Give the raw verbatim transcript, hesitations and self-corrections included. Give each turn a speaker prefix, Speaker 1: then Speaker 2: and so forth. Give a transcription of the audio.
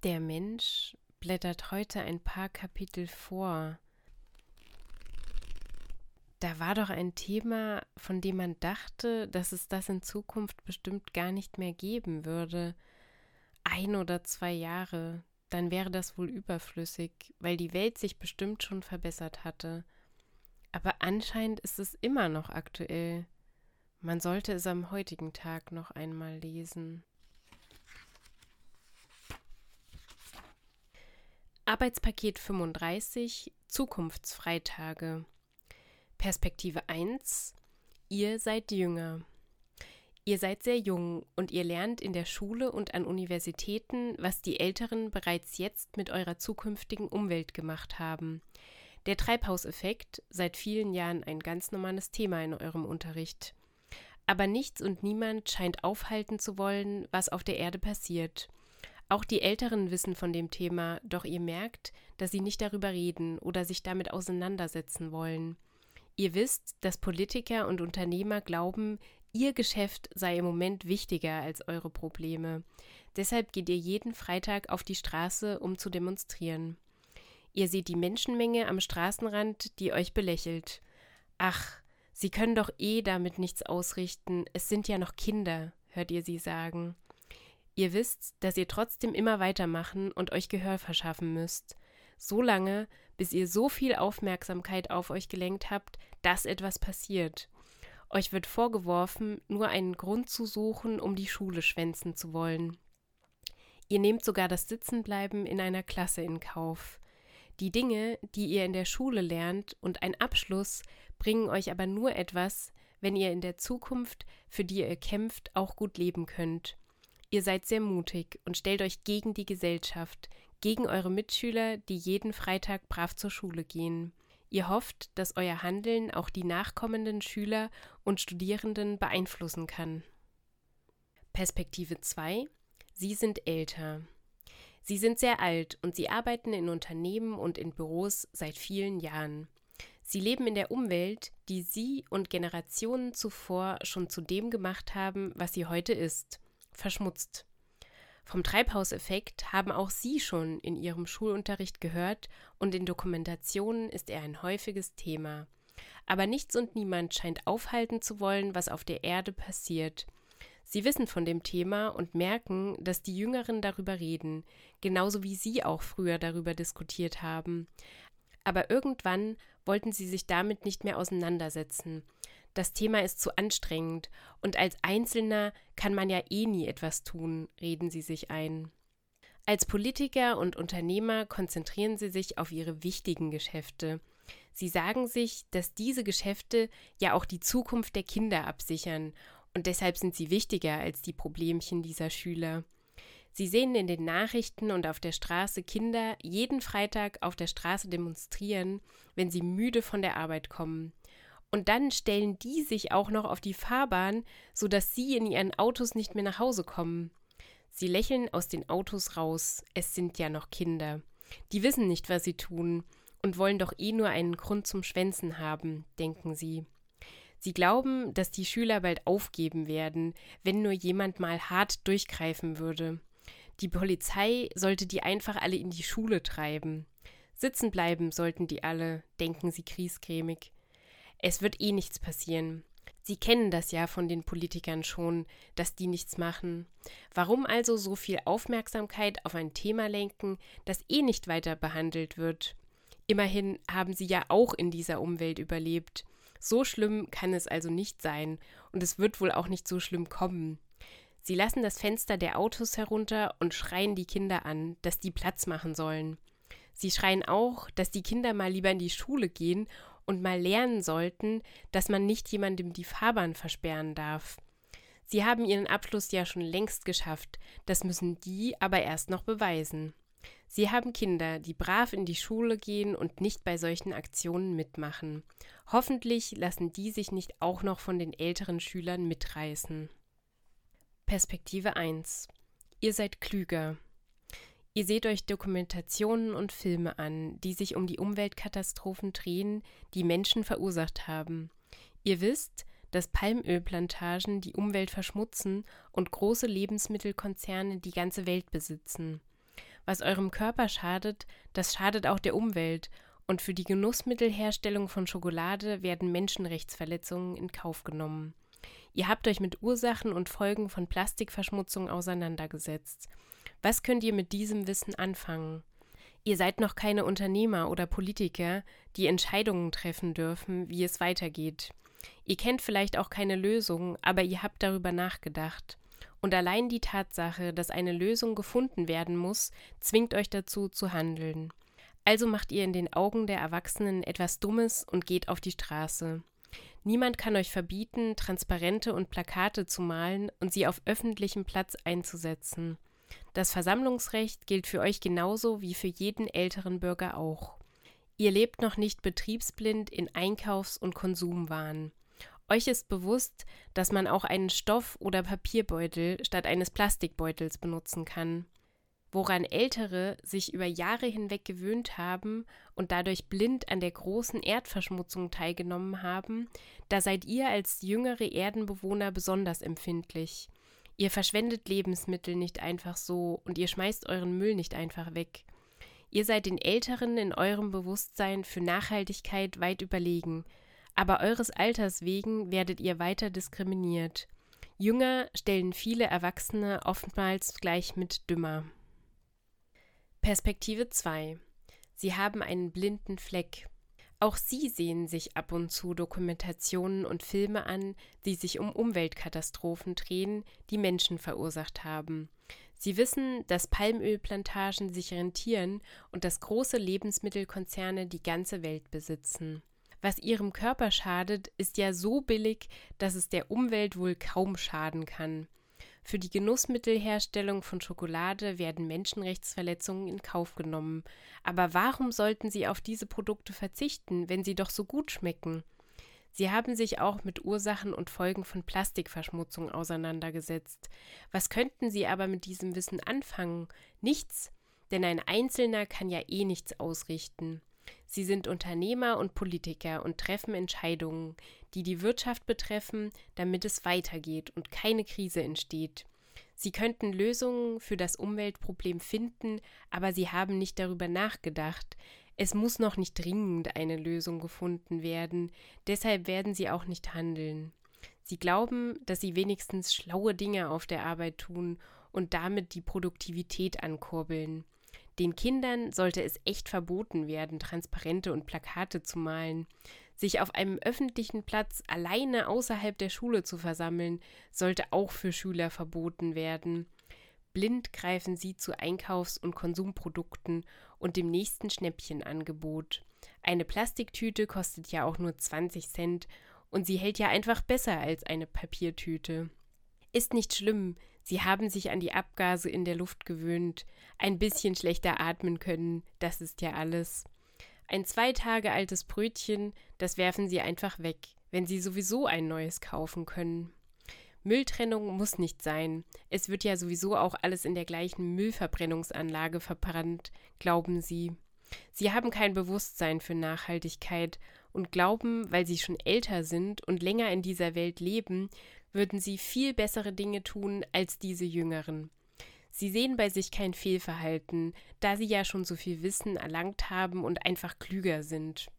Speaker 1: Der Mensch blättert heute ein paar Kapitel vor. Da war doch ein Thema, von dem man dachte, dass es das in Zukunft bestimmt gar nicht mehr geben würde. Ein oder zwei Jahre, dann wäre das wohl überflüssig, weil die Welt sich bestimmt schon verbessert hatte. Aber anscheinend ist es immer noch aktuell. Man sollte es am heutigen Tag noch einmal lesen. Arbeitspaket fünfunddreißig, Zukunftsfreitage. Perspektive eins. Ihr seid jünger. Ihr seid sehr jung und ihr lernt in der Schule und an Universitäten, was die Älteren bereits jetzt mit eurer zukünftigen Umwelt gemacht haben. Der Treibhauseffekt, seit vielen Jahren ein ganz normales Thema in eurem Unterricht. Aber nichts und niemand scheint aufhalten zu wollen, was auf der Erde passiert. Auch die Älteren wissen von dem Thema, doch ihr merkt, dass sie nicht darüber reden oder sich damit auseinandersetzen wollen. Ihr wisst, dass Politiker und Unternehmer glauben, ihr Geschäft sei im Moment wichtiger als eure Probleme. Deshalb geht ihr jeden Freitag auf die Straße, um zu demonstrieren. Ihr seht die Menschenmenge am Straßenrand, die euch belächelt. Ach, sie können doch eh damit nichts ausrichten, es sind ja noch Kinder, hört ihr sie sagen. Ihr wisst, dass ihr trotzdem immer weitermachen und euch Gehör verschaffen müsst. So lange, bis ihr so viel Aufmerksamkeit auf euch gelenkt habt, dass etwas passiert. Euch wird vorgeworfen, nur einen Grund zu suchen, um die Schule schwänzen zu wollen. Ihr nehmt sogar das Sitzenbleiben in einer Klasse in Kauf. Die Dinge, die ihr in der Schule lernt und ein Abschluss, bringen euch aber nur etwas, wenn ihr in der Zukunft, für die ihr kämpft, auch gut leben könnt. Ihr seid sehr mutig und stellt euch gegen die Gesellschaft, gegen eure Mitschüler, die jeden Freitag brav zur Schule gehen. Ihr hofft, dass euer Handeln auch die nachkommenden Schüler und Studierenden beeinflussen kann. Perspektive zwei. Sie sind älter. Sie sind sehr alt und sie arbeiten in Unternehmen und in Büros seit vielen Jahren. Sie leben in der Umwelt, die sie und Generationen zuvor schon zu dem gemacht haben, was sie heute ist. Verschmutzt. Vom Treibhauseffekt haben auch Sie schon in Ihrem Schulunterricht gehört und in Dokumentationen ist er ein häufiges Thema. Aber nichts und niemand scheint aufhalten zu wollen, was auf der Erde passiert. Sie wissen von dem Thema und merken, dass die Jüngeren darüber reden, genauso wie Sie auch früher darüber diskutiert haben. Aber irgendwann wollten Sie sich damit nicht mehr auseinandersetzen. Das Thema ist zu anstrengend und als Einzelner kann man ja eh nie etwas tun, reden sie sich ein. Als Politiker und Unternehmer konzentrieren sie sich auf ihre wichtigen Geschäfte. Sie sagen sich, dass diese Geschäfte ja auch die Zukunft der Kinder absichern und deshalb sind sie wichtiger als die Problemchen dieser Schüler. Sie sehen in den Nachrichten und auf der Straße Kinder jeden Freitag auf der Straße demonstrieren, wenn sie müde von der Arbeit kommen. Und dann stellen die sich auch noch auf die Fahrbahn, sodass sie in ihren Autos nicht mehr nach Hause kommen. Sie lächeln aus den Autos raus, es sind ja noch Kinder. Die wissen nicht, was sie tun und wollen doch eh nur einen Grund zum Schwänzen haben, denken sie. Sie glauben, dass die Schüler bald aufgeben werden, wenn nur jemand mal hart durchgreifen würde. Die Polizei sollte die einfach alle in die Schule treiben. Sitzen bleiben sollten die alle, denken sie griesgrämig. Es wird eh nichts passieren. Sie kennen das ja von den Politikern schon, dass die nichts machen. Warum also so viel Aufmerksamkeit auf ein Thema lenken, das eh nicht weiter behandelt wird? Immerhin haben sie ja auch in dieser Umwelt überlebt. So schlimm kann es also nicht sein und es wird wohl auch nicht so schlimm kommen. Sie lassen das Fenster der Autos herunter und schreien die Kinder an, dass die Platz machen sollen. Sie schreien auch, dass die Kinder mal lieber in die Schule gehen und mal lernen sollten, dass man nicht jemandem die Fahrbahn versperren darf. Sie haben ihren Abschluss ja schon längst geschafft, das müssen die aber erst noch beweisen. Sie haben Kinder, die brav in die Schule gehen und nicht bei solchen Aktionen mitmachen. Hoffentlich lassen die sich nicht auch noch von den älteren Schülern mitreißen. Perspektive eins. Ihr seid klüger. Ihr seht euch Dokumentationen und Filme an, die sich um die Umweltkatastrophen drehen, die Menschen verursacht haben. Ihr wisst, dass Palmölplantagen die Umwelt verschmutzen und große Lebensmittelkonzerne die ganze Welt besitzen. Was eurem Körper schadet, das schadet auch der Umwelt. Und für die Genussmittelherstellung von Schokolade werden Menschenrechtsverletzungen in Kauf genommen. Ihr habt euch mit Ursachen und Folgen von Plastikverschmutzung auseinandergesetzt. Was könnt ihr mit diesem Wissen anfangen? Ihr seid noch keine Unternehmer oder Politiker, die Entscheidungen treffen dürfen, wie es weitergeht. Ihr kennt vielleicht auch keine Lösung, aber ihr habt darüber nachgedacht. Und allein die Tatsache, dass eine Lösung gefunden werden muss, zwingt euch dazu, zu handeln. Also macht ihr in den Augen der Erwachsenen etwas Dummes und geht auf die Straße. Niemand kann euch verbieten, Transparente und Plakate zu malen und sie auf öffentlichem Platz einzusetzen. Das Versammlungsrecht gilt für euch genauso wie für jeden älteren Bürger auch. Ihr lebt noch nicht betriebsblind in Einkaufs- und Konsumwahn. Euch ist bewusst, dass man auch einen Stoff- oder Papierbeutel statt eines Plastikbeutels benutzen kann. Woran Ältere sich über Jahre hinweg gewöhnt haben und dadurch blind an der großen Erdverschmutzung teilgenommen haben, da seid ihr als jüngere Erdenbewohner besonders empfindlich. Ihr verschwendet Lebensmittel nicht einfach so und ihr schmeißt euren Müll nicht einfach weg. Ihr seid den Älteren in eurem Bewusstsein für Nachhaltigkeit weit überlegen, aber eures Alters wegen werdet ihr weiter diskriminiert. Jünger stellen viele Erwachsene oftmals gleich mit dümmer. Perspektive zwei. Sie haben einen blinden Fleck. Auch sie sehen sich ab und zu Dokumentationen und Filme an, die sich um Umweltkatastrophen drehen, die Menschen verursacht haben. Sie wissen, dass Palmölplantagen sich rentieren und dass große Lebensmittelkonzerne die ganze Welt besitzen. Was ihrem Körper schadet, ist ja so billig, dass es der Umwelt wohl kaum schaden kann. Für die Genussmittelherstellung von Schokolade werden Menschenrechtsverletzungen in Kauf genommen. Aber warum sollten sie auf diese Produkte verzichten, wenn sie doch so gut schmecken? Sie haben sich auch mit Ursachen und Folgen von Plastikverschmutzung auseinandergesetzt. Was könnten sie aber mit diesem Wissen anfangen? Nichts, denn ein Einzelner kann ja eh nichts ausrichten. Sie sind Unternehmer und Politiker und treffen Entscheidungen, die die Wirtschaft betreffen, damit es weitergeht und keine Krise entsteht. Sie könnten Lösungen für das Umweltproblem finden, aber sie haben nicht darüber nachgedacht. Es muss noch nicht dringend eine Lösung gefunden werden, deshalb werden sie auch nicht handeln. Sie glauben, dass sie wenigstens schlaue Dinge auf der Arbeit tun und damit die Produktivität ankurbeln. Den Kindern sollte es echt verboten werden, Transparente und Plakate zu malen. Sich auf einem öffentlichen Platz alleine außerhalb der Schule zu versammeln, sollte auch für Schüler verboten werden. Blind greifen sie zu Einkaufs- und Konsumprodukten und dem nächsten Schnäppchenangebot. Eine Plastiktüte kostet ja auch nur zwanzig Cent und sie hält ja einfach besser als eine Papiertüte. Ist nicht schlimm, sie haben sich an die Abgase in der Luft gewöhnt, ein bisschen schlechter atmen können, das ist ja alles. Ein zwei Tage altes Brötchen, das werfen sie einfach weg, wenn sie sowieso ein neues kaufen können. Mülltrennung muss nicht sein, es wird ja sowieso auch alles in der gleichen Müllverbrennungsanlage verbrannt, glauben sie. Sie haben kein Bewusstsein für Nachhaltigkeit und glauben, weil sie schon älter sind und länger in dieser Welt leben, würden sie viel bessere Dinge tun als diese Jüngeren. Sie sehen bei sich kein Fehlverhalten, da sie ja schon so viel Wissen erlangt haben und einfach klüger sind.